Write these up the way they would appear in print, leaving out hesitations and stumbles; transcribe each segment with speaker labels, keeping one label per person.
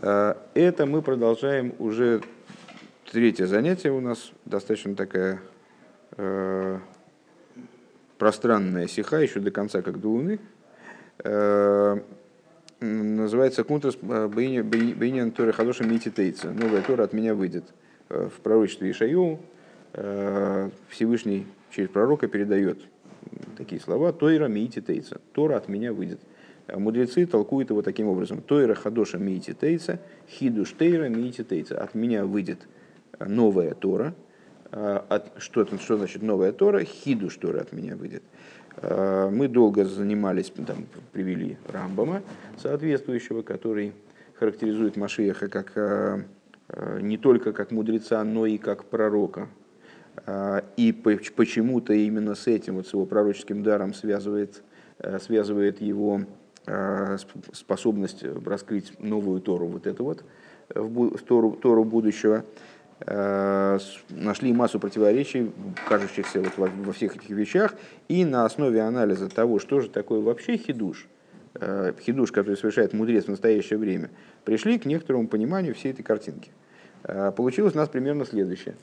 Speaker 1: Это мы продолжаем уже третье занятие у нас, достаточно такая пространная сиха, еще до конца, как до Луны. Называется «Кунтрас бейнян Торы хадоша мититейца». «Новая Тора от меня выйдет». В пророчестве Ишайяу Всевышний через пророка передает такие слова: «Тойра мититейца». «Тора от меня выйдет». Мудрецы толкуют его таким образом: «Тойра хадоша мититейца, хидуш тейра мититейца». От меня выйдет новая Тора. Что значит новая Тора? Хидуш Тора от меня выйдет. Мы долго занимались, там, привели Рамбама соответствующего, который характеризует Машиаха как, не только как мудреца, но и как пророка. И почему-то именно с этим, вот с его пророческим даром, связывает его способность раскрыть новую Тору, вот эту вот, Тору будущего. Нашли массу противоречий, кажущихся вот во всех этих вещах, и на основе анализа того, что же такое вообще хидуш, который совершает мудрец в настоящее время, пришли к некоторому пониманию всей этой картинки. Получилось у нас примерно следующее.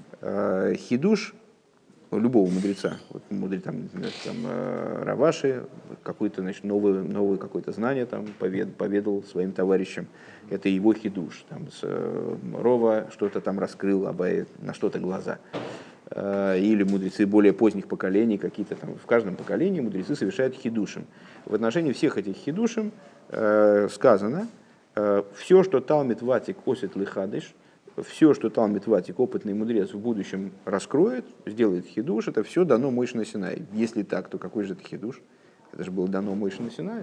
Speaker 1: Хидуш любого мудреца, вот мудрец, там, Раваши, какое-то, значит, новое какое-то знание там поведал своим товарищам, это его хидуш. Там, Рова что-то там раскрыл, Абай на что-то глаза. Или мудрецы более поздних поколений, какие-то там, в каждом поколении мудрецы совершают хидушим. В отношении всех этих хидушим сказано: все, что Талмид Ватик осет лихадыш, все, что Талмид Ватик, опытный мудрец, в будущем раскроет, сделает хидуш, это все дано Моше на Синае. Если так, то какой же это хидуш? Это же было дано Моше на Синае.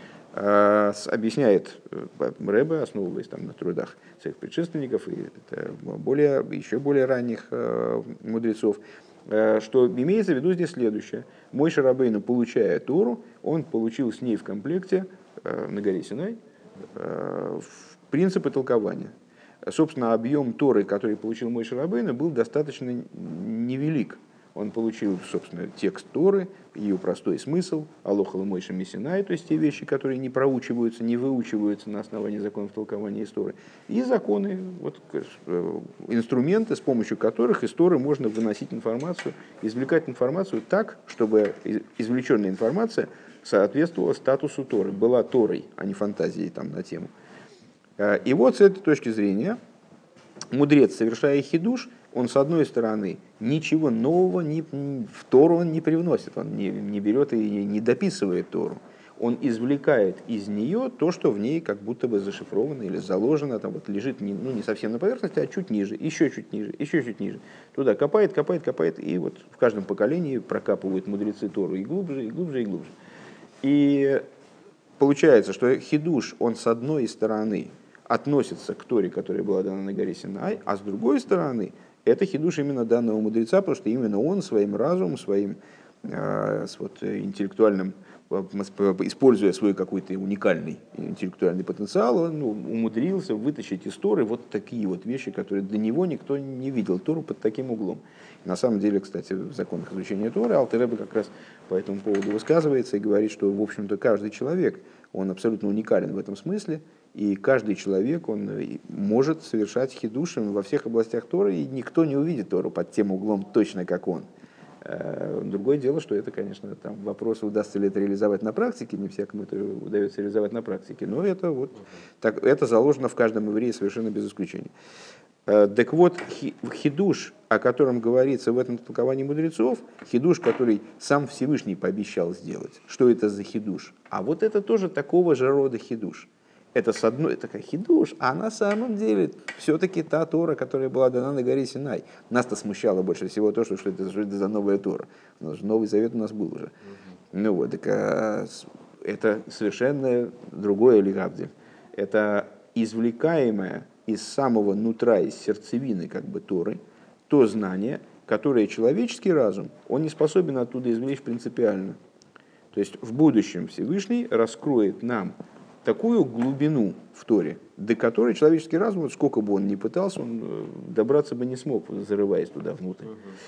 Speaker 1: Объясняет Ребе, основываясь там на трудах своих предшественников и еще более ранних мудрецов, что имеется в виду здесь следующее. Моше Рабейну, получая Тору, он получил с ней в комплекте на горе Синай принципы толкования. Собственно, объем Торы, который получил Моше Рабейну, был достаточно невелик. Он получил, собственно, текст Торы, ее простой смысл, алохал Моше Мисинай, то есть те вещи, которые не проучиваются, не выучиваются на основании законов толкования из Торы, и законы, вот, инструменты, с помощью которых из Торы можно выносить информацию, извлекать информацию так, чтобы извлеченная информация соответствовала статусу Торы, была Торой, а не фантазией там на тему. И вот с этой точки зрения мудрец, совершая хидуш, он, с одной стороны, ничего нового в Тору он не привносит, он не берет и не дописывает Тору. Он извлекает из нее то, что в ней как будто бы зашифровано или заложено, там вот лежит не совсем на поверхности, а чуть ниже, еще чуть ниже, еще чуть ниже. Туда копает, и вот в каждом поколении прокапывают мудрецы Тору и глубже, и глубже, и глубже. И получается, что хидуш, он с одной стороны относится к Торе, которая была дана на горе Синай, а с другой стороны, это хидуш именно данного мудреца, потому что именно он своим разумом, своим интеллектуальным, используя свой какой-то уникальный интеллектуальный потенциал, он умудрился вытащить из Торы вот такие вот вещи, которые до него никто не видел Тору под таким углом. На самом деле, кстати, в законах изучения Торы Алтер Ребе как раз по этому поводу высказывается и говорит, что, в общем-то, каждый человек, он абсолютно уникален в этом смысле, и каждый человек, он может совершать хидушим во всех областях Торы, и никто не увидит Тору под тем углом точно как он. Другое дело, что это, конечно, там вопрос, удастся ли это реализовать на практике, не всякому это удается реализовать на практике, но это, вот, так, это заложено в каждом еврее совершенно без исключения. Так вот, хидуш, о котором говорится в этом толковании мудрецов, хидуш, который сам Всевышний пообещал сделать. Что это за хидуш? А вот это тоже такого же рода хидуш. Это с одной, такая хидуш, а на самом деле все-таки та Тора, которая была дана на горе Синай. Нас-то смущало больше всего то, что это за новая Тора. Новый Завет у нас был уже. Ну вот, так, это совершенно другое лигавдиль. Это извлекаемое из самого нутра, из сердцевины как бы Торы, то знание, которое человеческий разум, он не способен оттуда извлечь принципиально. То есть в будущем Всевышний раскроет нам такую глубину в Торе, до которой человеческий разум, вот сколько бы он ни пытался, он добраться бы не смог, зарываясь туда внутрь.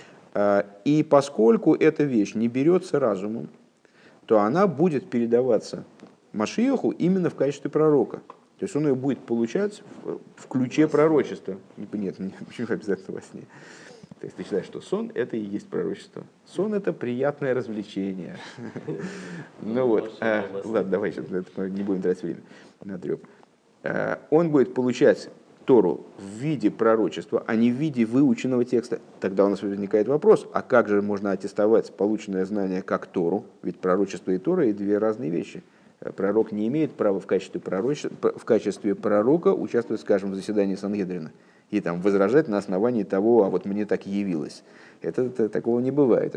Speaker 1: И поскольку эта вещь не берется разумом, то она будет передаваться Машиаху именно в качестве пророка. То есть он ее будет получать в ключе пророчества. Нет, почему обязательно во сне? То есть ты считаешь, что сон – это и есть пророчество. Сон – это приятное развлечение. Ну вот, ладно, давай сейчас не будем тратить время на треп. Он будет получать Тору в виде пророчества, а не в виде выученного текста. Тогда у нас возникает вопрос, а как же можно аттестовать полученное знание как Тору? Ведь пророчество и Тора – это две разные вещи. Пророк не имеет права в качестве пророка участвовать, скажем, в заседании Сангедрина и там возражать на основании того, а вот мне так явилось. Такого не бывает.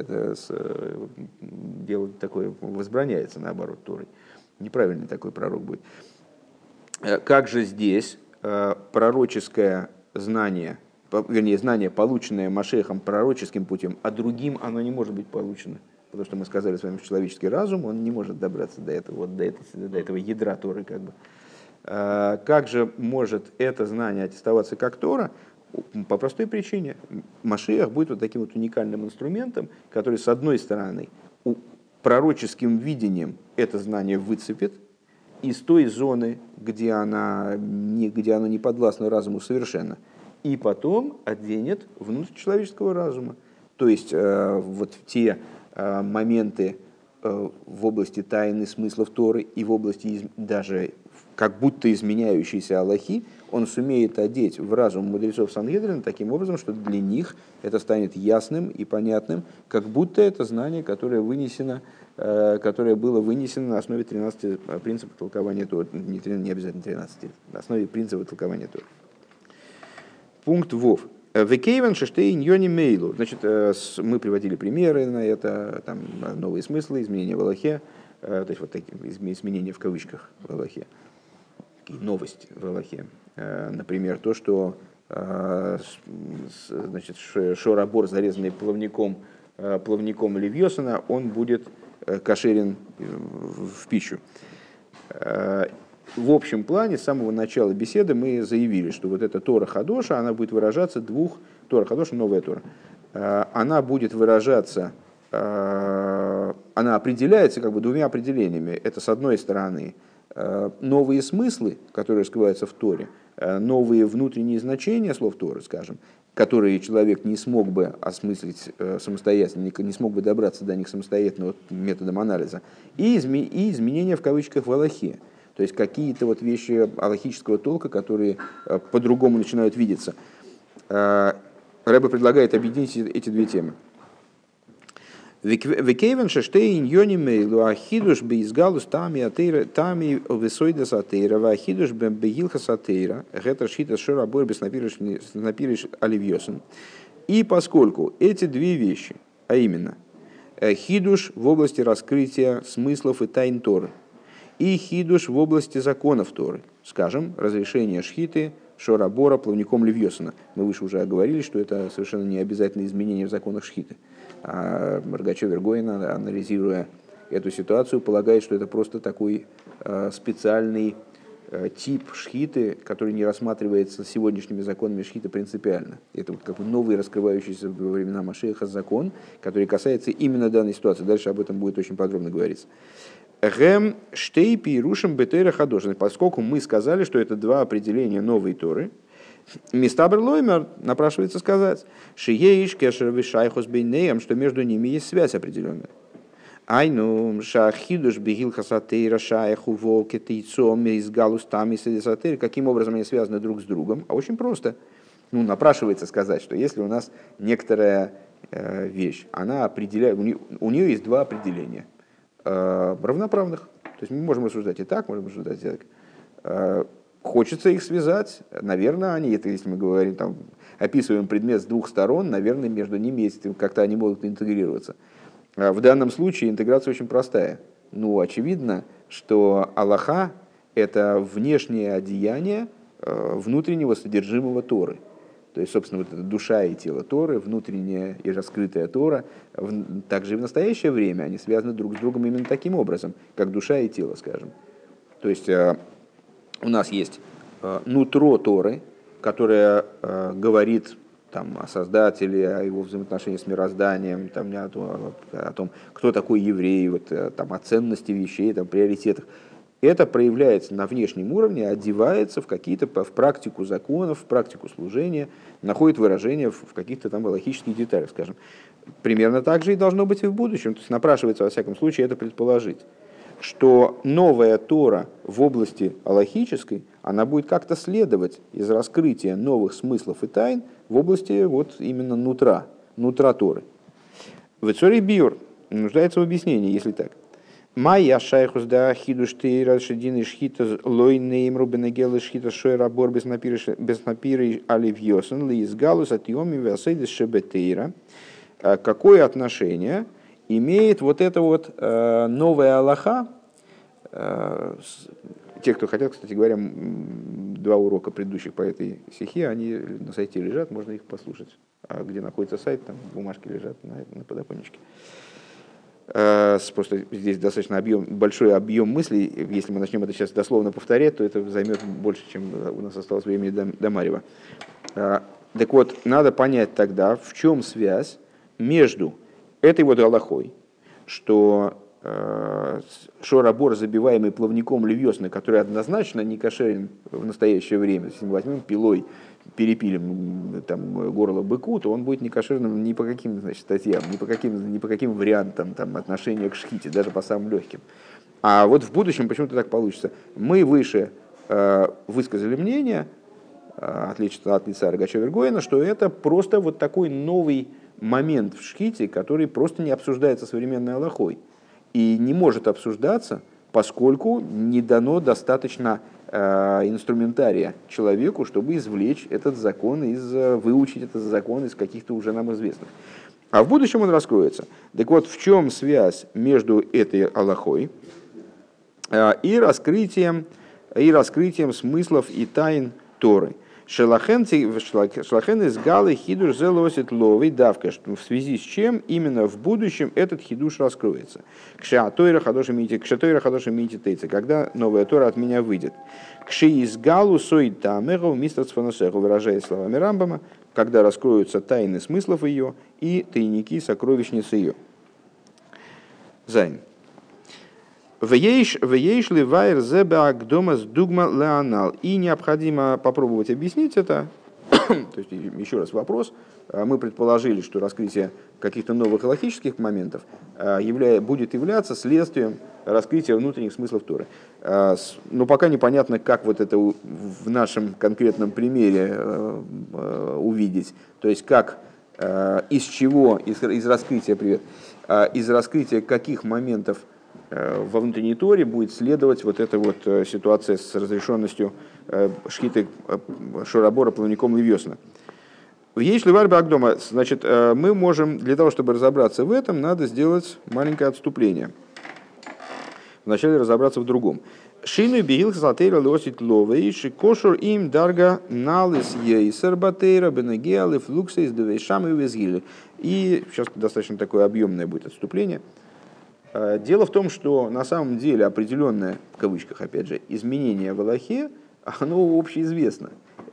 Speaker 1: Дело такое возбраняется, наоборот, Торой. Неправильный такой пророк будет. Как же здесь пророческое знание, вернее, знание, полученное Машехом пророческим путем, а другим оно не может быть получено? Потому что мы сказали с вами, что человеческий разум, он не может добраться до этого ядра Торы. Как бы. Как же может это знание аттестоваться как Тора? По простой причине. Машиах будет вот таким вот уникальным инструментом, который, с одной стороны, пророческим видением это знание выцепит из той зоны, где оно не подвластно разуму совершенно, и потом оденет внутрь человеческого разума. То есть вот те моменты в области тайны смыслов Торы и в области даже как будто изменяющейся алахи, он сумеет одеть в разум мудрецов Сангедрина таким образом, что для них это станет ясным и понятным, как будто это знание, которое было вынесено на основе 13 принципов толкования Торы. Не обязательно 13, на основе принципа толкования Торы. Пункт ВОВ. Векейвен шештейн йони мейлу. Значит, мы приводили примеры на это, там новые смыслы, изменения в Алахе, то есть вот такие изменения в кавычках в Алахе, такие новости в Алахе. Например, то, что значит, шорабор, зарезанный плавником Левьосана, он будет кошерен в пищу. В общем плане, с самого начала беседы мы заявили, что вот эта Тора Хадоша, она будет выражаться Тора Хадоша, новая Тора, она будет выражаться, она определяется как бы двумя определениями. Это, с одной стороны, новые смыслы, которые скрываются в Торе, новые внутренние значения слов Торы, скажем, которые человек не смог бы осмыслить самостоятельно, не смог бы добраться до них самостоятельно методом анализа, и изменения в кавычках в Алахе. То есть какие-то вот вещи алахического толка, которые по-другому начинают видеться. Рэбе предлагает объединить эти две темы. Векейвен шештейн йони мейлу ахидуш бейзгалус тами весойдас атеира вахидуш бегилхас атеира гетер шитас шорабор без напириш оливьосен. И поскольку эти две вещи, а именно хидуш в области раскрытия смыслов и тайн Торы, и хидуш в области законов Торы, скажем, разрешение шхиты, шорабора плавником Левьосана. Мы выше уже оговорили, что это совершенно не обязательно изменение в законах шхиты. А Рогачев Вергоин, анализируя эту ситуацию, полагает, что это просто такой специальный тип шхиты, который не рассматривается сегодняшними законами шхиты принципиально. Это вот как бы новый раскрывающийся во времена Машиаха закон, который касается именно данной ситуации. Дальше об этом будет очень подробно говориться. Гэм штейпи и рушим бетера хадошин. Поскольку мы сказали, что это два определения новой Торы, Мистабр Лоймер напрашивается сказать, шиеиш кешер шайхус бейнеем, что между ними есть связь определенная. Айну шахидуш бегил хасатейра шайху волкетейцом из галустами седесатейр. Каким образом они связаны друг с другом? А очень просто. Напрашивается сказать, что если у нас некоторая вещь, она определяет, у нее есть два определения равноправных. То есть мы можем рассуждать и так, можем рассуждать и так. Хочется их связать, наверное, они, это если мы говорим, там, описываем предмет с двух сторон, наверное, между ними есть, как-то они могут интегрироваться. В данном случае интеграция очень простая. Очевидно, что Алаха – это внешнее одеяние внутреннего содержимого Торы. То есть, собственно, вот эта душа и тело Торы, внутренняя и раскрытая Тора, также и в настоящее время они связаны друг с другом именно таким образом, как душа и тело, скажем. То есть, у нас есть нутро Торы, которое говорит там, о Создателе, о его взаимоотношении с мирозданием, там, о том, кто такой еврей, вот, там, о ценности вещей, там, приоритетах. это проявляется на внешнем уровне, одевается в практику законов, в практику служения, находит выражение в каких-то там галахических деталях, скажем. Примерно так же и должно быть и в будущем. То есть напрашивается, во всяком случае, это предположить, что новая Тора в области алахической, она будет как-то следовать из раскрытия новых смыслов и тайн в области вот именно нутра Торы. В Цори Биур нуждается в объяснении, если так. Майя шайхус да хидуш тейра шедины шхита лой неймру бенегелы шхита шойра бор без напиры оливьосен ли из галус атиоми васейдис шебетейра. Какое отношение имеет вот эта вот новая алаха? Те, кто хотят, кстати говоря, 2 урока предыдущих по этой сихе, они на сайте лежат, можно их послушать. А где находится сайт, там бумажки лежат на подоконничке. Просто здесь достаточно большой объем мыслей. Если мы начнем это сейчас дословно повторять, то это займет больше, чем у нас осталось времени до Марева. Так вот, надо понять тогда, в чем связь между этой вот алахой, что шорабор, забиваемый плавником левьосны, который однозначно не кошерен в настоящее время, если мы возьмем пилой, перепилим там, горло быку, то он будет не кошерным ни по каким, значит, статьям, ни по каким вариантам там, отношения к шхите, даже по самым легким. А вот в будущем почему-то так получится. Мы выше высказали мнение, от лица Рогачева-Иргоина, что это просто вот такой новый момент в шхите, который просто не обсуждается современной алахой. И не может обсуждаться, поскольку не дано достаточно инструментария человеку, чтобы извлечь этот закон, выучить этот закон из каких-то уже нам известных. А в будущем он раскроется. Так вот, в чем связь между этой алахой и раскрытием смыслов и тайн Торы? Шелахен из галы хидуш зелосит ловый давка, в связи с чем именно в будущем этот хидуш раскроется. Кшатойра хадош имейте тейца, когда новая Тора от меня выйдет. Кши из галу сой тамэгов мистер цфаносеху, выражая словами Рамбама, когда раскроются тайны смыслов ее и тайники сокровищниц ее. Зайн. Вееш ли вайр зебак дома с дугма леонал. И необходимо попробовать объяснить это. То есть, еще раз вопрос. Мы предположили, что раскрытие каких-то новых галахических моментов будет являться следствием раскрытия внутренних смыслов Торы. Но пока непонятно, как вот это в нашем конкретном примере увидеть. То есть, как, из чего, из раскрытия каких моментов во внутренней Торе будет следовать вот эта вот ситуация с разрешенностью шхиты шорабора плавником левьосна. Если варба Агдома, значит, мы можем, для того, чтобы разобраться в этом, надо сделать маленькое отступление. Вначале разобраться в другом. Шину бигил хасатейра лосит ловей, шикошур им дарга налис ейсер батейра бенегеалы флуксейс девейшам и везгили. И сейчас достаточно такое объемное будет отступление. Дело в том, что на самом деле определенное, в кавычках опять же, изменение в алахе, оно общеизвестно.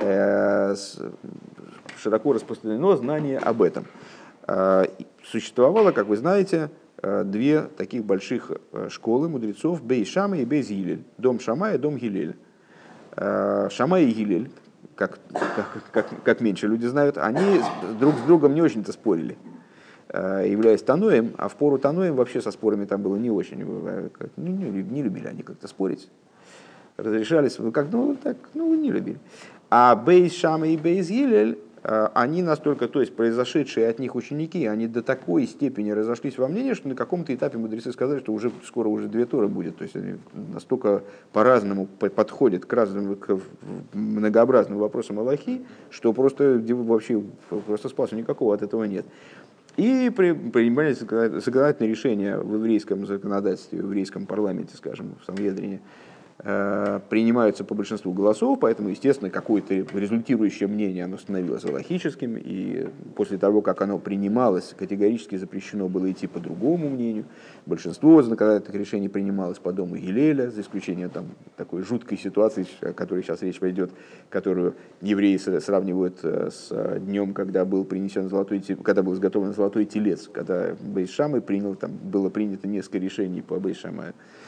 Speaker 1: Широко распространено знание об этом. Существовало, как вы знаете, 2 таких больших школы мудрецов, Бейс Шамай и Бейс Гилель. Дом Шамая и дом Гилель. Шамай и Гилель, как меньше люди знают, они друг с другом не очень-то спорили, являясь таноем, а в пору таноем вообще со спорами там было не очень, не любили они как-то спорить, разрешались, не любили. А Бейс Шама и Бейс Гилель, они настолько, то есть произошедшие от них ученики, они до такой степени разошлись во мнении, что на каком-то этапе мудрецы сказали, что скоро уже 2 Торы будет, то есть они настолько по-разному подходят к многообразным вопросам алахи, что просто спасу никакого от этого нет. И принимались законодательные решения в еврейском законодательстве, в еврейском парламенте, скажем, в Сангедрине, принимаются по большинству голосов, поэтому, естественно, какое-то результирующее мнение оно становилось алахическим, и после того, как оно принималось, категорически запрещено было идти по другому мнению. Большинство законодательных решений принималось по дому Гилеля, за исключением там, такой жуткой ситуации, о которой сейчас речь пойдет, которую евреи сравнивают с днем, когда был изготовлен золотой телец, когда Бейс Шамай было принято несколько решений по Бейс Шамаю.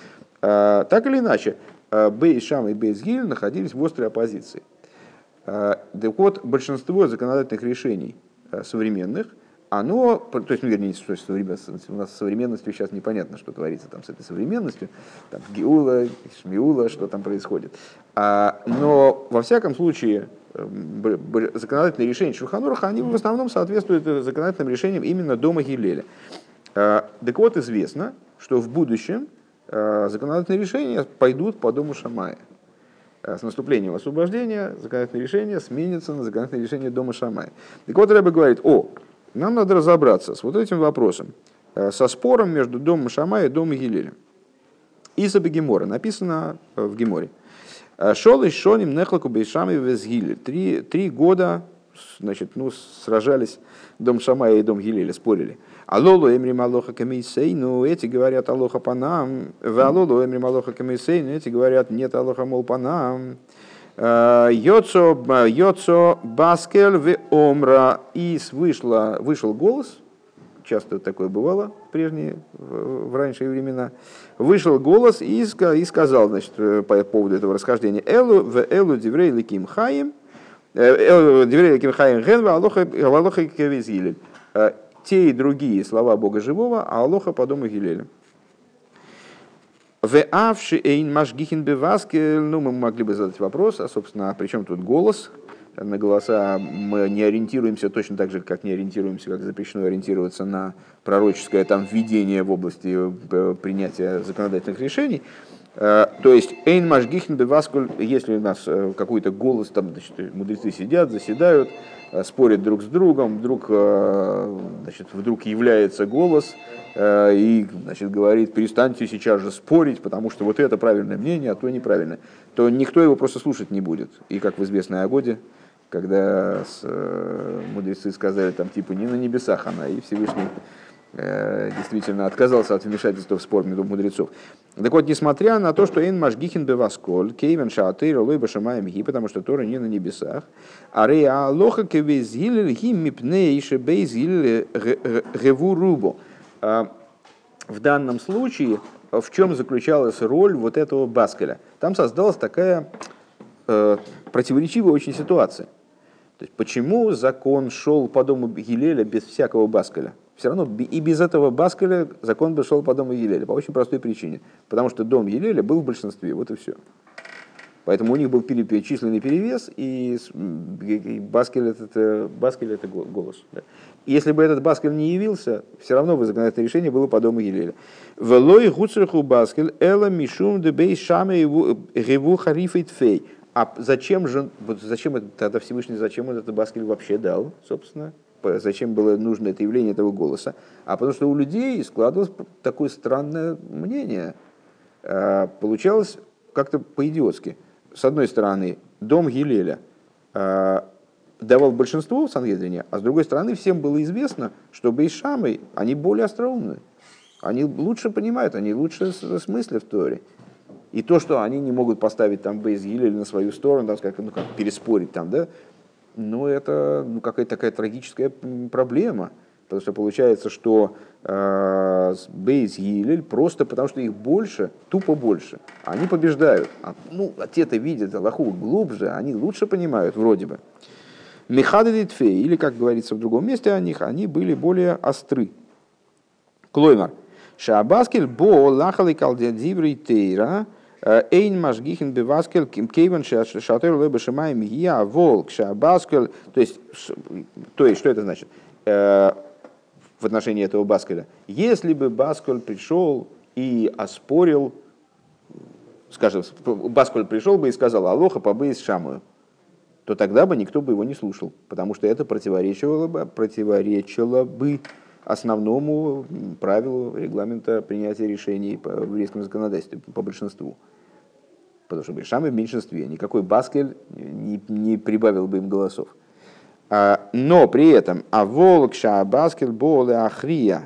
Speaker 1: Так или иначе, Бейс Шам и Бейс Гилель находились в острой оппозиции. Так вот, большинство законодательных решений современных, оно, то есть, ну, вернее, у нас с современностью сейчас непонятно, что творится там с этой современностью, там Геула, Шмиула, что там происходит. Но, во всяком случае, законодательные решения Шулхан Аруха, они в основном соответствуют законодательным решениям именно дома Гилеля. Так вот, известно, что в будущем законодательные решения пойдут по дому Шамая. С наступлением освобождения законодательные решения сменятся на законодательные решения дома Шамая. Так вот, Ребе говорит, нам надо разобраться с вот этим вопросом, со спором между домом Шамая и домом Гилеля. Изаба Гемора, написано в Геморе. Шол и Шоним нехлаку бейшами вез Гилель. 3 года, значит, сражались дом Шамая и дом Гилеля, спорили. Алолу эмрим алоха камейсейну, эти говорят алоха панам. Алолу эмрим алоха камейсейну, эти говорят нет алоха мол панам. Йоцо баскель в омра. И вышел голос, часто такое бывало в ранние времена, вышел голос и сказал, значит, по поводу этого расхождения, элу диврей ликим хаим, диврей ликим хаим ген валоха кевиз Гилель. Те и другие слова Бога живого, а Алоха по дому Гилеля. Мы могли бы задать вопрос, собственно, при чем тут голос? На голоса мы не ориентируемся точно так же, как не ориентируемся, как запрещено ориентироваться на пророческое там введение в области принятия законодательных решений. То есть, эйн машгихин беваскуль, если у нас какой-то голос, там, значит, мудрецы сидят, заседают, спорят друг с другом, вдруг является голос и, значит, говорит, перестаньте сейчас же спорить, потому что вот это правильное мнение, а то неправильное, то никто его просто слушать не будет. И как в известной Агоде, когда мудрецы сказали, там, типа, не на небесах она, и Всевышний действительно отказался от вмешательства в спор между мудрецов. Так вот, несмотря на то, что «Эйн машгихин бевасколь», «Кейвен шаатейр лой башамаем ги», потому что Тора не на небесах, «А реа алоха кевез гилель ги мипней шебейз гилель геву рубо». В данном случае, в чем заключалась роль вот этого баскеля? Там создалась такая противоречивая очень ситуация. То есть, почему закон шел по дому Гилеля без всякого баскеля? Все равно и без этого баскеля закон бы шел по дому Гилеля. По очень простой причине. Потому что дом Гилеля был в большинстве, вот и все. Поэтому у них был численный перевес, и баскель это голос. Да. Если бы этот баскель не явился, все равно бы законодательное решение было по дому Гилеля. Велой гуцраху баскель эла мишум дебей шаме геву харифей тфей. А зачем тогда Всевышний, зачем он этот баскель вообще дал, собственно? Зачем было нужно это явление этого голоса? А потому что у людей складывалось такое странное мнение. Получалось как-то по-идиотски. С одной стороны, дом Гилеля давал большинство в Сангедрине, а с другой стороны, всем было известно, что Бейс Шамай, они более остроумны. Они лучше понимают, они лучше смыслят в Торе. И то, что они не могут поставить там Бейс Гилель на свою сторону, там, как переспорить там, да, это какая-то такая трагическая проблема. Потому что получается, что Бейс Гилель просто потому, что их больше, тупо больше, они побеждают. Те-то видят Аллаху глубже, они лучше понимают вроде бы. Мехады Литфей, или, как говорится в другом месте о них, они были более остры. Клоймар. Шабаскель бо лахали калдядиврей тейра, эйн машгихин беваскель кейвен шатер лэбэ шамаем я волк шабаскель. То есть, что это значит в отношении этого баскеля? Если бы баскель пришел и оспорил, скажем, баскель пришел бы и сказал «Алоха по Бейс Шамаю», то тогда бы никто бы его не слушал, потому что это противоречило бы основному правилу регламента принятия решений в еврейском законодательстве по большинству. Потому что Бейс Шамай в меньшинстве, никакой баскель не прибавил бы им голосов. Но при этом «Аволк шаабаскель бо леахрия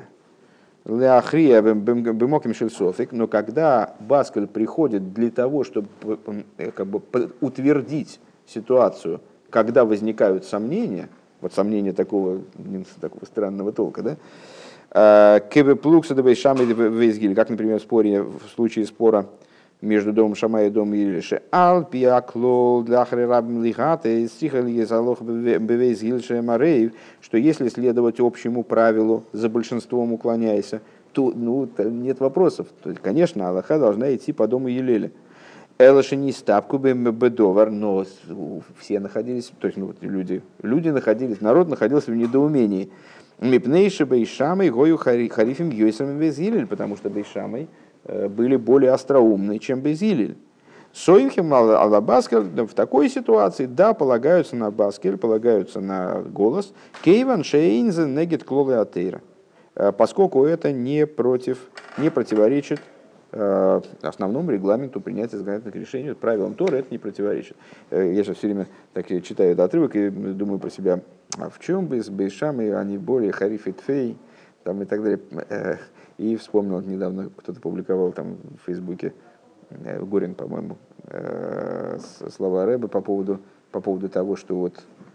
Speaker 1: бемоким шельсофик», но когда баскель приходит для того, чтобы утвердить ситуацию, когда возникают сомнения, вот сомнения такого странного толка, да, как, например, в случае спора между домом Шамая и домом Илише. Алпи аклол для хрерабим лихаты стихали залог бевейс Илише Мареев, что если следовать общему правилу, за большинством уклоняясь, то нет вопросов. То есть, конечно, Аллаха должна идти по дому Елеля. Элаши не стапку бедовар, но все находились, то есть люди находились, народ находился в недоумении. Мипнейши бейшамой гою харифим йойсами безилель, потому что бейшамой были более остроумны, чем безилель. Соимхем алабаскель в такой ситуации, да, полагаются на баскель, полагаются на голос. Кейван шейнзе негет клолы атеира, поскольку это не противоречит основному регламенту принятия законодательных решений, правилам Торы это не противоречит. Я сейчас все время так читаю этот отрывок и думаю про себя, а в чем бейшамы, они более хариф и тфей, там и так далее. И вспомнил, недавно кто-то публиковал там в Фейсбуке, Горин, по-моему, слова Рэба по поводу того, что вот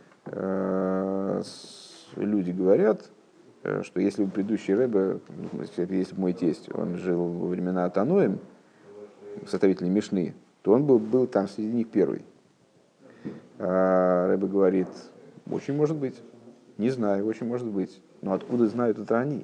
Speaker 1: люди говорят, что если бы предыдущий Рэбе, если бы мой тесть, он жил во времена Таноим, составителей Мишны, то он был там среди них первый. А Рэбе говорит, очень может быть, не знаю, очень может быть, но откуда знают это они?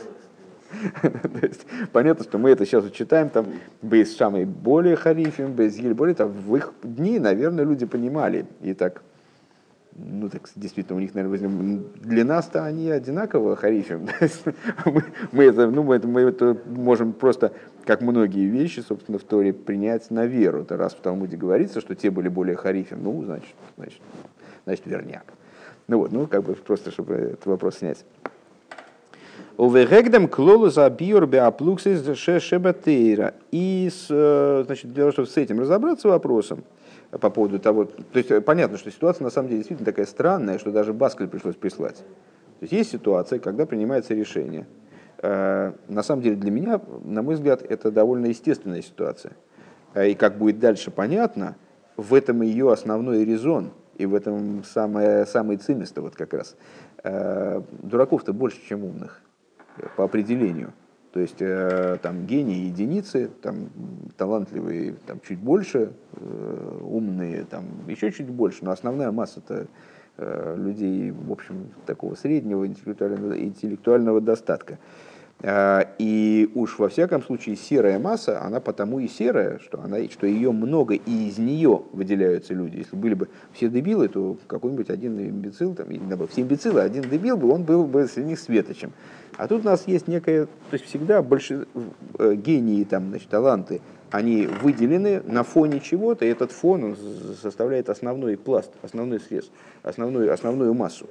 Speaker 1: Понятно, что мы это сейчас читаем, там, Бейс Шамой более харифим, Бейс Гиль более, там, в их дни, наверное, люди понимали, и так, так действительно, у них, наверное, для нас-то они одинаково харифим. Мы это можем просто, как многие вещи, собственно, в Торе принять на веру. Это раз в Талмуде говорится, что те были более харифим, значит, верняк. Просто, чтобы этот вопрос снять. Увегегдем клолу за биор беаплуксис шебатейра. И, значит, для того, чтобы с этим разобраться вопросом, по поводу того, то есть понятно, что ситуация на самом деле действительно такая странная, что даже Баскель пришлось прислать. То есть ситуация, когда принимается решение. На самом деле для меня, на мой взгляд, это довольно естественная ситуация. И как будет дальше понятно, в этом ее основной резон, и в этом самое цимисто вот как раз. Дураков-то больше, чем умных, по определению. То есть там гении единицы, там талантливые там, чуть больше, умные там еще чуть больше, но основная масса-то людей, в общем, такого среднего интеллектуального достатка. И уж во всяком случае серая масса, она потому и серая, что ее много, и из нее выделяются люди. Если были бы все дебилы, то какой-нибудь один имбецил, там, все имбецилы, один дебил бы, он был бы среди них светочем. А тут у нас есть некое, то есть всегда гении, там, значит, таланты, они выделены на фоне чего-то, и этот фон он составляет основной пласт, основной срез, основную массу.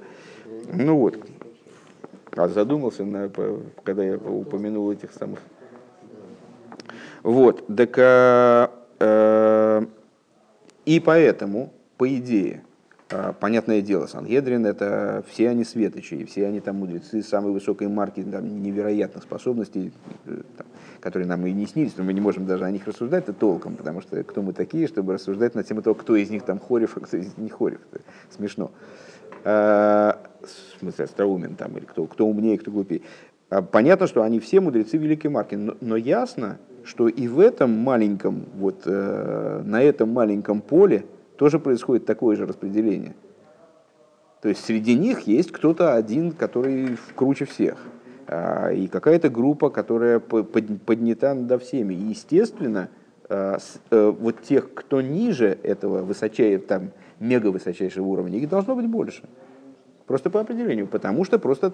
Speaker 1: А задумался, когда я упомянул этих самых. И поэтому, по идее, понятное дело, Сангедрин — это все они светочи, и все они там мудрецы самой высокой марки, там, невероятных способностей, там, которые нам и не снились, но мы не можем даже о них рассуждать толком, потому что кто мы такие, чтобы рассуждать на тему того, кто из них там хорев, а кто из них не хорев. Это смешно. В смысле, остроумен там, или кто умнее, кто глупее. Понятно, что они все мудрецы великой марки, но ясно, что и в этом маленьком, на этом маленьком поле тоже происходит такое же распределение. То есть среди них есть кто-то один, который круче всех, и какая-то группа, которая поднята над всеми. И, естественно, вот тех, кто ниже этого там, мега высочайшего уровня, их должно быть больше. Просто по определению, потому что просто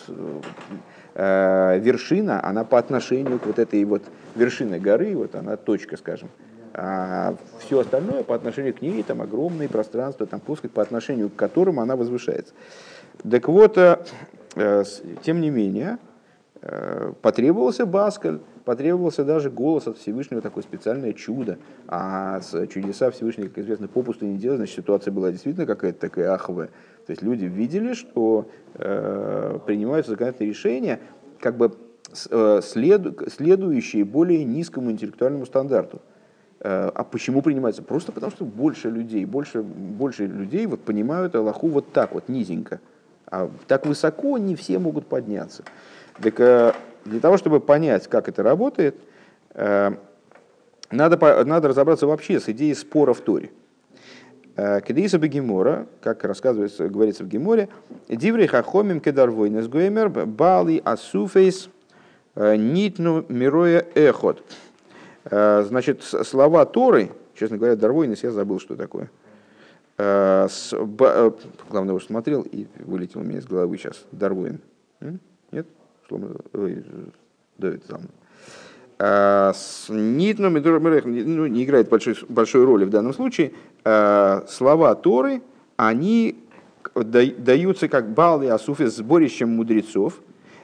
Speaker 1: вершина, она по отношению к вот этой вот вершине горы, вот она точка, скажем, а все остальное по отношению к ней, там огромные пространства, там плоскость, по отношению к которым она возвышается. Так вот, тем не менее, потребовался Баскель, потребовался даже голос от Всевышнего, такое специальное чудо. А чудеса Всевышнего, как известно, попусту не делают, значит, ситуация была действительно какая-то такая аховая. То есть люди видели, что принимаются законодательные решения, как бы следующие более низкому интеллектуальному стандарту. А почему принимаются? Просто потому, что больше людей вот понимают Аллаху вот так вот, низенько. А так высоко не все могут подняться. Так для того, чтобы понять, как это работает, надо разобраться вообще с идеей спора в Торе. Кедиса Бегемора, как рассказывается, говорится в Геморе, Диврей Хахомим Кедарвойнес Гуэмер Бали Асуфейс Нитну Мироя Эхот. Значит, слова Торы, честно говоря, Дарвойнес, я забыл, что такое. Главное, уже смотрел и вылетел у меня из головы сейчас. Дарвойн. Нет? Давид там. Нитну не играет большой роли в данном случае. Слова Торы, они даются как Баал и Асуфес, сборищем мудрецов,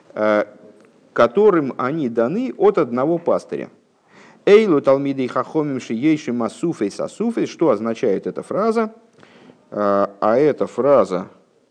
Speaker 1: которым они даны от одного пастыря. Эйлу талмидей хахомим шиейшим асуфейс асуфейс. Что означает эта фраза? А эта фраза,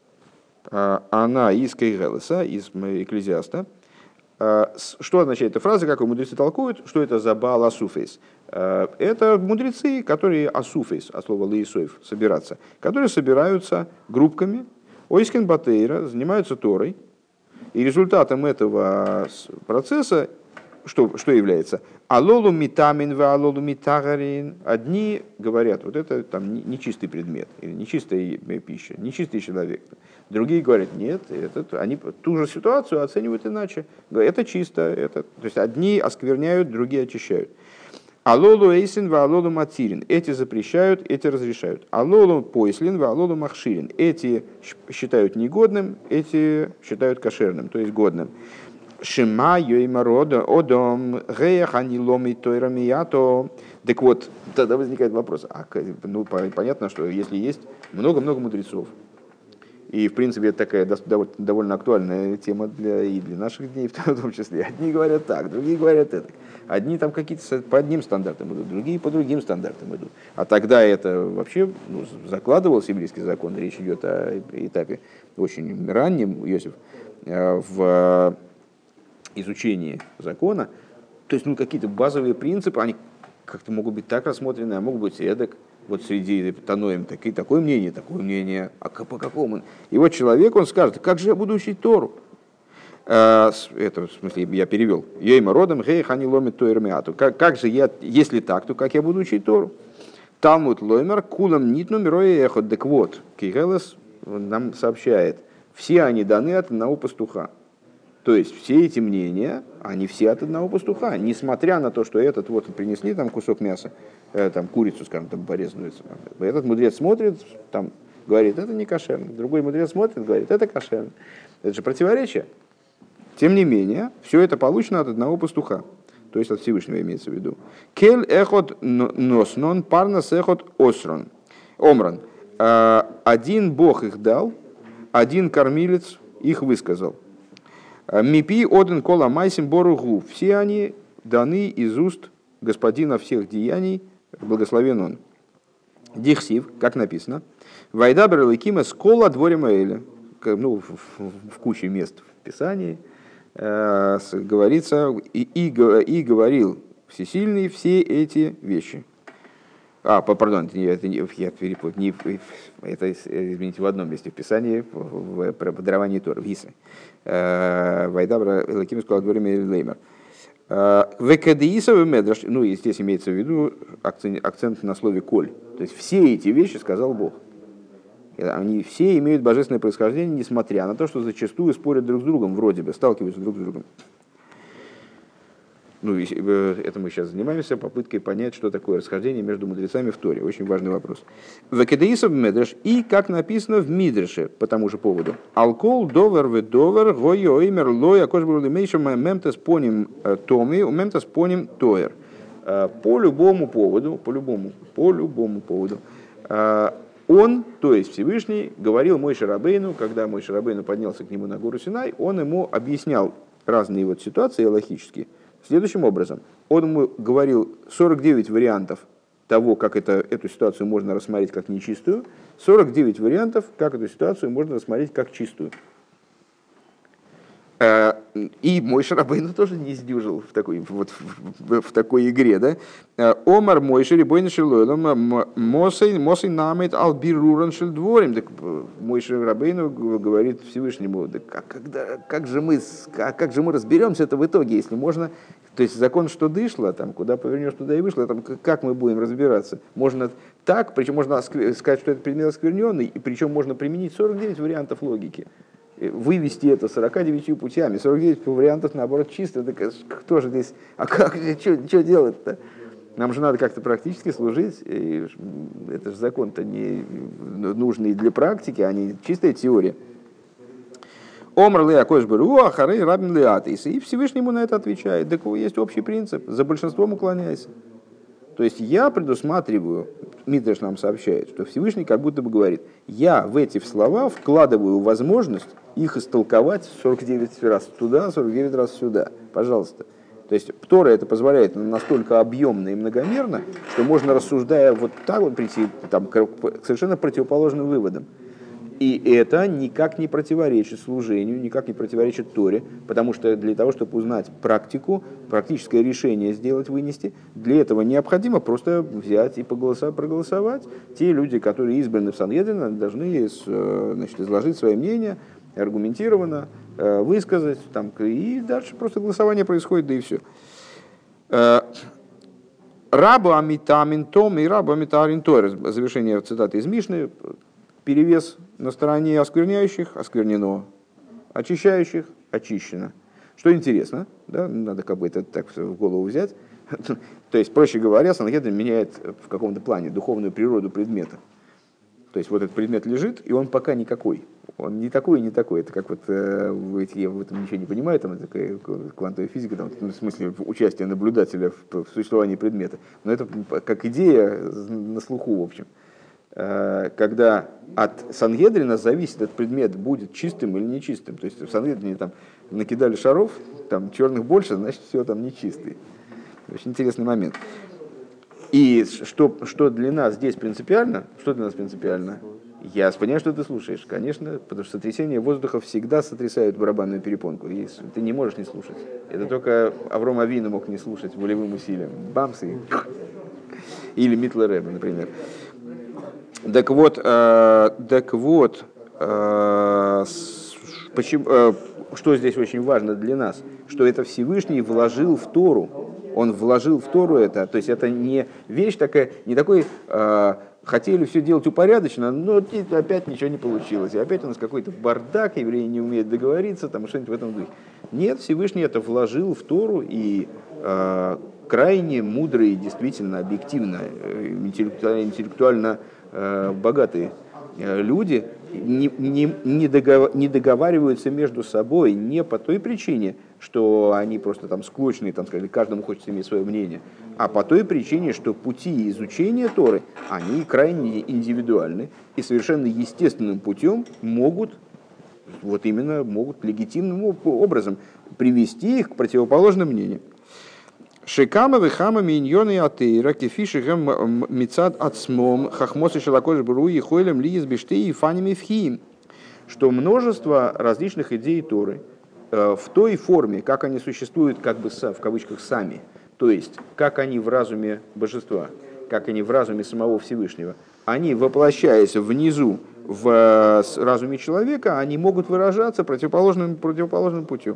Speaker 1: она из Кейгелеса, из Экклезиаста. Что означает эта фраза, как мудрецы толкуют, что это за Баал Асуфейс? Это мудрецы, которые Асуфейс, от слова Лаисоев, собираться, которые собираются группками, Ойскин Батейра, занимаются Торой, и результатом этого процесса что является? Алолу митамин ва алолу митагарин. Одни говорят, вот это там нечистый предмет, или нечистая пища, нечистый человек. Другие говорят, нет, они ту же ситуацию оценивают иначе. Это чисто. То есть одни оскверняют, другие очищают. Алолу эйсин ва алолу матирин. Эти запрещают, эти разрешают. Алолу пойслин ва алолу махширин. Эти считают негодным, эти считают кошерным, то есть годным. Шима йоймарода одом геях аниломи тойрамиято. Так вот, тогда возникает вопрос. Понятно, что если есть много-много мудрецов, и в принципе это такая довольно актуальная тема и для наших дней, в том числе. Одни говорят так, другие говорят это. Одни там какие-то по одним стандартам идут, другие по другим стандартам идут. А тогда это вообще закладывался еврейский закон. Речь идет о этапе очень раннем, Иосиф, в изучении закона. То есть какие-то базовые принципы, они как-то могут быть так рассмотрены, а могут быть эдак. Вот среди Таноим такое мнение, а по какому? И вот человек, он скажет, как же я буду учить Тору? Это, в смысле, я перевел. Йойма родом гей хани ломит тойрмиату. Как же я, если так, то как я буду учить Тору? Талмуд лоймер кулам нитну мироя эхот. Так вот, Кейгелес нам сообщает, все они даны от одного пастуха. То есть все эти мнения, они все от одного пастуха, несмотря на то, что этот вот принесли там кусок мяса, там курицу, скажем, там порезанную, этот мудрец смотрит, там говорит, это не кошерно, другой мудрец смотрит, говорит, это кошерно. Это же противоречие. Тем не менее, все это получено от одного пастуха, то есть от Всевышнего имеется в виду. Кель эхот носнон парнас эхот осрон. Омран. Один Бог их дал, один кормилец их высказал. Мипи оден кола майсим боругу. Все они даны из уст Господина всех деяний, благословен он. Дихсив, как написано, Вайдабер Элокима скола дворе Маэля. В куче мест в Писании говорится, и говорил Всесильный все эти вещи. Пардон, я перепутал. Это, извините, в одном месте в Писании, в даровании Торы, в Гисе. Вайдабра Элоким сказал дворе Леймер. Векадеисов медраш, и здесь имеется в виду акцент на слове коль. То есть все эти вещи сказал Бог. Они все имеют божественное происхождение, несмотря на то, что зачастую спорят друг с другом, вроде бы, сталкиваются друг с другом. Это мы сейчас занимаемся попыткой понять, что такое расхождение между мудрецами в Торе. Очень важный вопрос. Векадеисов медраш, и как написано в Мидреше по тому же поводу. Алкол довер ведовер гойо имер лоя кошбрулимейшем мемтес поним томи мемтес поним тоер. По любому поводу, он, то есть Всевышний, говорил Моше Рабейну, когда Моше Рабейну поднялся к нему на гору Синай, он ему объяснял разные вот ситуации логические. Следующим образом, он ему говорил 49 вариантов того, как эту ситуацию можно рассмотреть как нечистую, 49 вариантов, как эту ситуацию можно рассмотреть как чистую. И Моше Рабейну тоже не сдюжил в такой игре. Да? Омар Моше Рабейну шелойлом мосей намет албируран шельдворим. Так Моше Рабейну говорит Всевышнему, да как же мы разберемся это в итоге, если можно То есть закон, что дышло, там, куда повернешь, туда и вышло, там, как мы будем разбираться? Можно так, причем можно сказать, что это предмет оскверненный, и причем можно применить 49 вариантов логики. Вывести это 49 путями, 49 вариантов, наоборот, чисто. Так кто же здесь, а как, что делать-то? Нам же надо как-то практически служить, и это же закон-то не нужный для практики, а не чистая теория. Омр ли акош беру, ахары рабин ли атис. И Всевышнему на это отвечает. Так есть общий принцип, за большинством уклоняйся. То есть я предусматриваю, Мидраш нам сообщает, что Всевышний как будто бы говорит, я в эти слова вкладываю возможность их истолковать 49 раз туда, 49 раз сюда. Пожалуйста. То есть Тора это позволяет настолько объемно и многомерно, что можно, рассуждая вот так вот, прийти там, к совершенно противоположным выводам. И это никак не противоречит служению, никак не противоречит Торе, потому что для того, чтобы узнать практику, практическое решение сделать, вынести, для этого необходимо просто взять и проголосовать. Те люди, которые избраны в Сангедрине, должны изложить свое мнение аргументированно, высказать, там, и дальше просто голосование происходит, да и все. Рабу амитамин том и рабу амитарин тор. Завершение цитаты из Мишны. Перевес на стороне оскверняющих — осквернено, очищающих — очищено. Что интересно, да? Надо как бы это так в голову взять. То есть, проще говоря, Сангедрин меняет в каком-то плане духовную природу предмета. То есть вот этот предмет лежит, и он пока никакой. Он не такой и не такой. Это как вот, я в этом ничего не понимаю, там такая квантовая физика, там, в смысле участия наблюдателя в существовании предмета. Но это как идея на слуху, в общем. Когда от Сангедрина зависит, этот предмет будет чистым или нечистым. То есть в Сангедрине там накидали шаров, там черных больше, значит все там нечистый. Очень интересный момент. И что для нас здесь принципиально? Что для нас принципиально? Я понимаю, что ты слушаешь, конечно, потому что сотрясение воздуха всегда сотрясают барабанную перепонку. И ты не можешь не слушать. Это только Авром Авину мог не слушать волевым усилием. Бамс и... Или Митлер Ребе, например. Так вот, почему, что здесь очень важно для нас, что это Всевышний вложил в Тору. Он вложил в Тору это, то есть это не вещь такая, не такой, хотели все делать упорядоченно, но опять ничего не получилось. И опять у нас какой-то бардак, евреи не умеют договориться, там что-нибудь в этом духе. Нет, Всевышний это вложил в Тору, и крайне мудрые, действительно, объективно, интеллектуально богатые люди не договариваются между собой не по той причине, что они просто там склочные, там сказали, каждому хочется иметь свое мнение, а по той причине, что пути изучения Торы, они крайне индивидуальны и совершенно естественным путем могут легитимным образом привести их к противоположным мнениям. Шикама вихама миньоны атеира кефишихем мицад ацмом хахмосы шелакош бруи хойлем лиес биштей и фаними вхиим. Что множество различных идей Торы в той форме, как они существуют, как бы в кавычках сами, то есть как они в разуме божества, как они в разуме самого Всевышнего, они, воплощаясь внизу в разуме человека, они могут выражаться противоположным путем.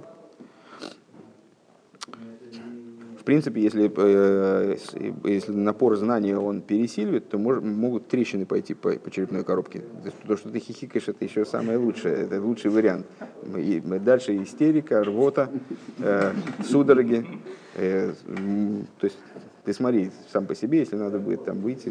Speaker 1: В принципе, если напор знания он пересиливает, то могут трещины пойти по черепной коробке. То, что ты хихикаешь, это еще самое лучшее, это лучший вариант. И дальше истерика, рвота, судороги. То есть ты смотри сам по себе, если надо будет там выйти.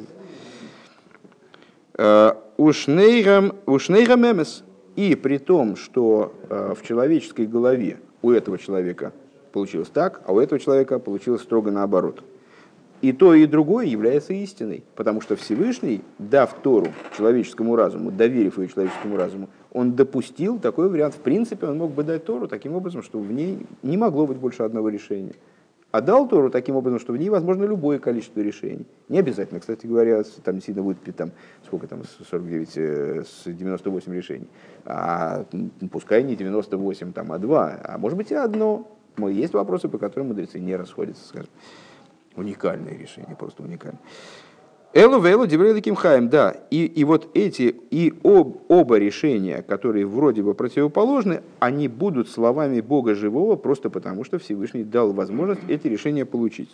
Speaker 1: Ушнейгам эмес. И при том, что в человеческой голове у этого человека получилось так, а у этого человека получилось строго наоборот. И то, и другое является истиной, потому что Всевышний, дав Тору человеческому разуму, доверив ее человеческому разуму, он допустил такой вариант. В принципе, он мог бы дать Тору таким образом, что в ней не могло быть больше одного решения. А дал Тору таким образом, что в ней возможно любое количество решений. Не обязательно, кстати говоря, там действительно будет там, сколько там, 49, с 98 решений. А пускай не 98, там, а 2, а может быть и одно. Есть вопросы, по которым мудрецы не расходятся, скажем. Уникальное решение, просто уникальное. Элу вейлу диврей Ким Хаим, да. И вот эти, оба решения, которые вроде бы противоположны, они будут словами Бога живого, просто потому что Всевышний дал возможность эти решения получить.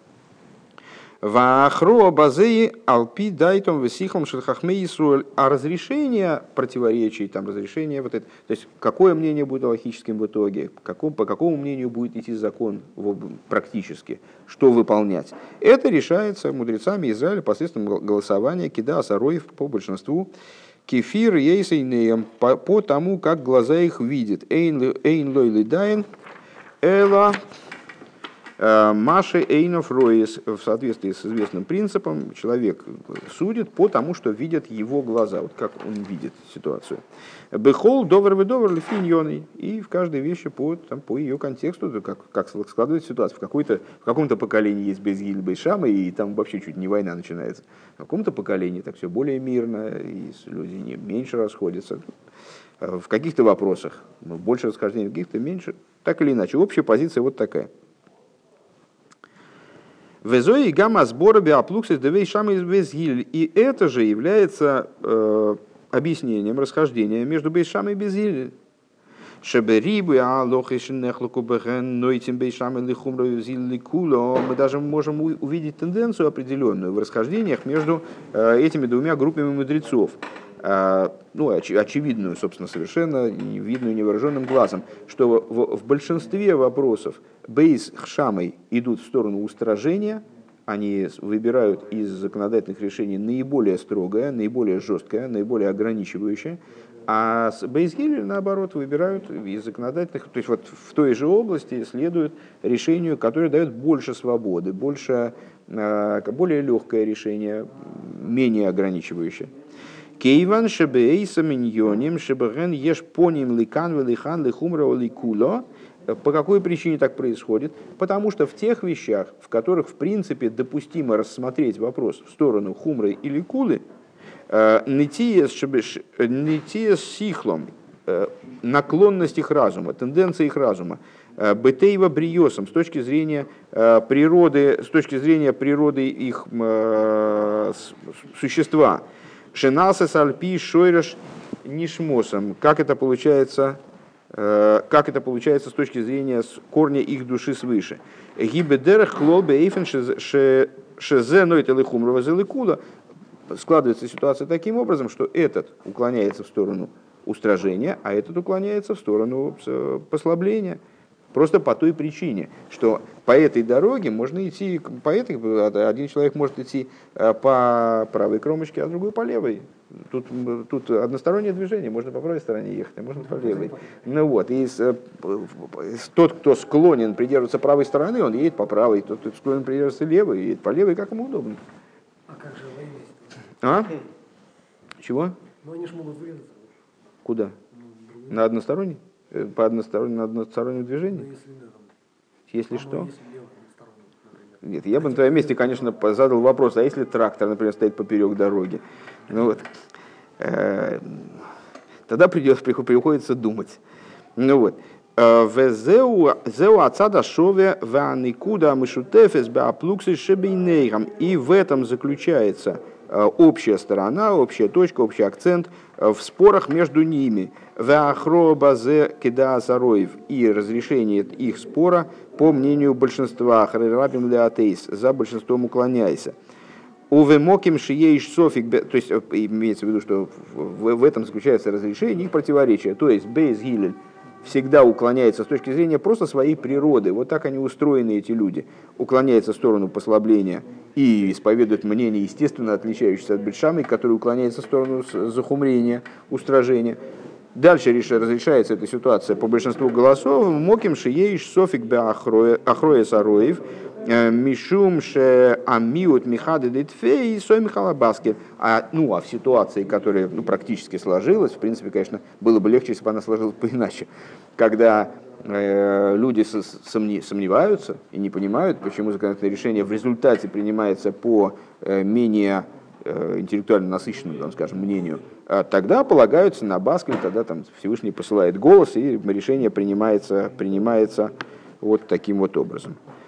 Speaker 1: Вахро базеи алпи дайтом весихом шельхахме Исруэль. А разрешение противоречий, там разрешение вот это, то есть какое мнение будет логическим в итоге, по какому мнению будет идти закон практически, что выполнять, это решается мудрецами Израиля посредством голосования кидаас ароев по большинству. Кефир ейсейнеем, по тому, как глаза их видят. Эйн лойли дайн эла Маши Эйнов Роис, в соответствии с известным принципом, человек судит по тому, что видят его глаза, вот как он видит ситуацию. Бехол, довер ведовер, лифиньоный, и в каждой вещи по ее контексту, как складывается ситуация. В каком-то поколении есть Безгиль, Бейшама, и там вообще чуть не война начинается. В каком-то поколении так все более мирно, и люди меньше расходятся. В каких-то вопросах больше расхождений, в каких-то меньше. Так или иначе, общая позиция вот такая. И это же является объяснением расхождения между Бейшам и Безгилель. Мы даже можем увидеть тенденцию определенную в расхождениях между этими двумя группами мудрецов. Очевидную, собственно, совершенно видную невооруженным глазом, что в большинстве вопросов бейс хшамой идут в сторону устражения, они выбирают из законодательных решений наиболее строгое, наиболее жесткое, наиболее ограничивающее, а с бейс гилель, наоборот, выбирают из законодательных, то есть вот в той же области следуют решению, которое дает больше свободы, более легкое решение, менее ограничивающее. Кейван шебейса миньоним шебеген еш поним ликан велихан лихумра ликуло. По какой причине так происходит? Потому что в тех вещах, в которых в принципе допустимо рассмотреть вопрос в сторону хумры или кулы, нитиес сихлом, наклонность их разума, тенденция их разума, бетейва бриосом, с точки зрения природы их существа, шенасес альпи шойреш нишмосом, как это получается с точки зрения корня их души свыше. Складывается ситуация таким образом, что этот уклоняется в сторону устражения, а этот уклоняется в сторону послабления. Просто по той причине, что по этой дороге можно идти, один человек может идти по правой кромочке, а другой по левой. Тут одностороннее движение, можно по правой стороне ехать, а можно по левой. Тот, кто склонен придерживаться правой стороны, он едет по правой, тот, кто склонен придерживаться левой, едет по левой, как ему удобно.
Speaker 2: А как же воевать?
Speaker 1: А? Чего?
Speaker 2: Ну они же могут вырезаться.
Speaker 1: Куда? На односторонний? На одностороннем движении? Если что? Нет, я бы на твоем месте, конечно, задал вопрос, а если трактор, например, стоит поперек дороги? Тогда приходится думать. И в этом заключается общая сторона, общая точка, общий акцент в спорах между ними. И разрешение их спора по мнению большинства, за большинством уклоняйся. Увемоким шиеиш софик, то есть имеется в виду, что в этом заключается разрешение их противоречия. То есть бейс гилель всегда уклоняется с точки зрения просто своей природы. Вот так они устроены, эти люди. Уклоняется в сторону послабления и исповедует мнение, естественно, отличающееся от бейшамы, который уклоняется в сторону захумрения, устражения. Дальше разрешается эта ситуация по большинству голосов. Моким шиеиш софик бе ахроя сароев. Мишум ше амиут михады дитфей сой михалабаски. А в ситуации, которая практически сложилась, в принципе, конечно, было бы легче, если бы она сложилась поиначе, когда люди сомневаются и не понимают, почему законодательное решение в результате принимается по менее интеллектуально насыщенному, скажем, мнению, тогда полагаются на Баскель, тогда там Всевышний посылает голос, и решение принимается вот таким вот образом.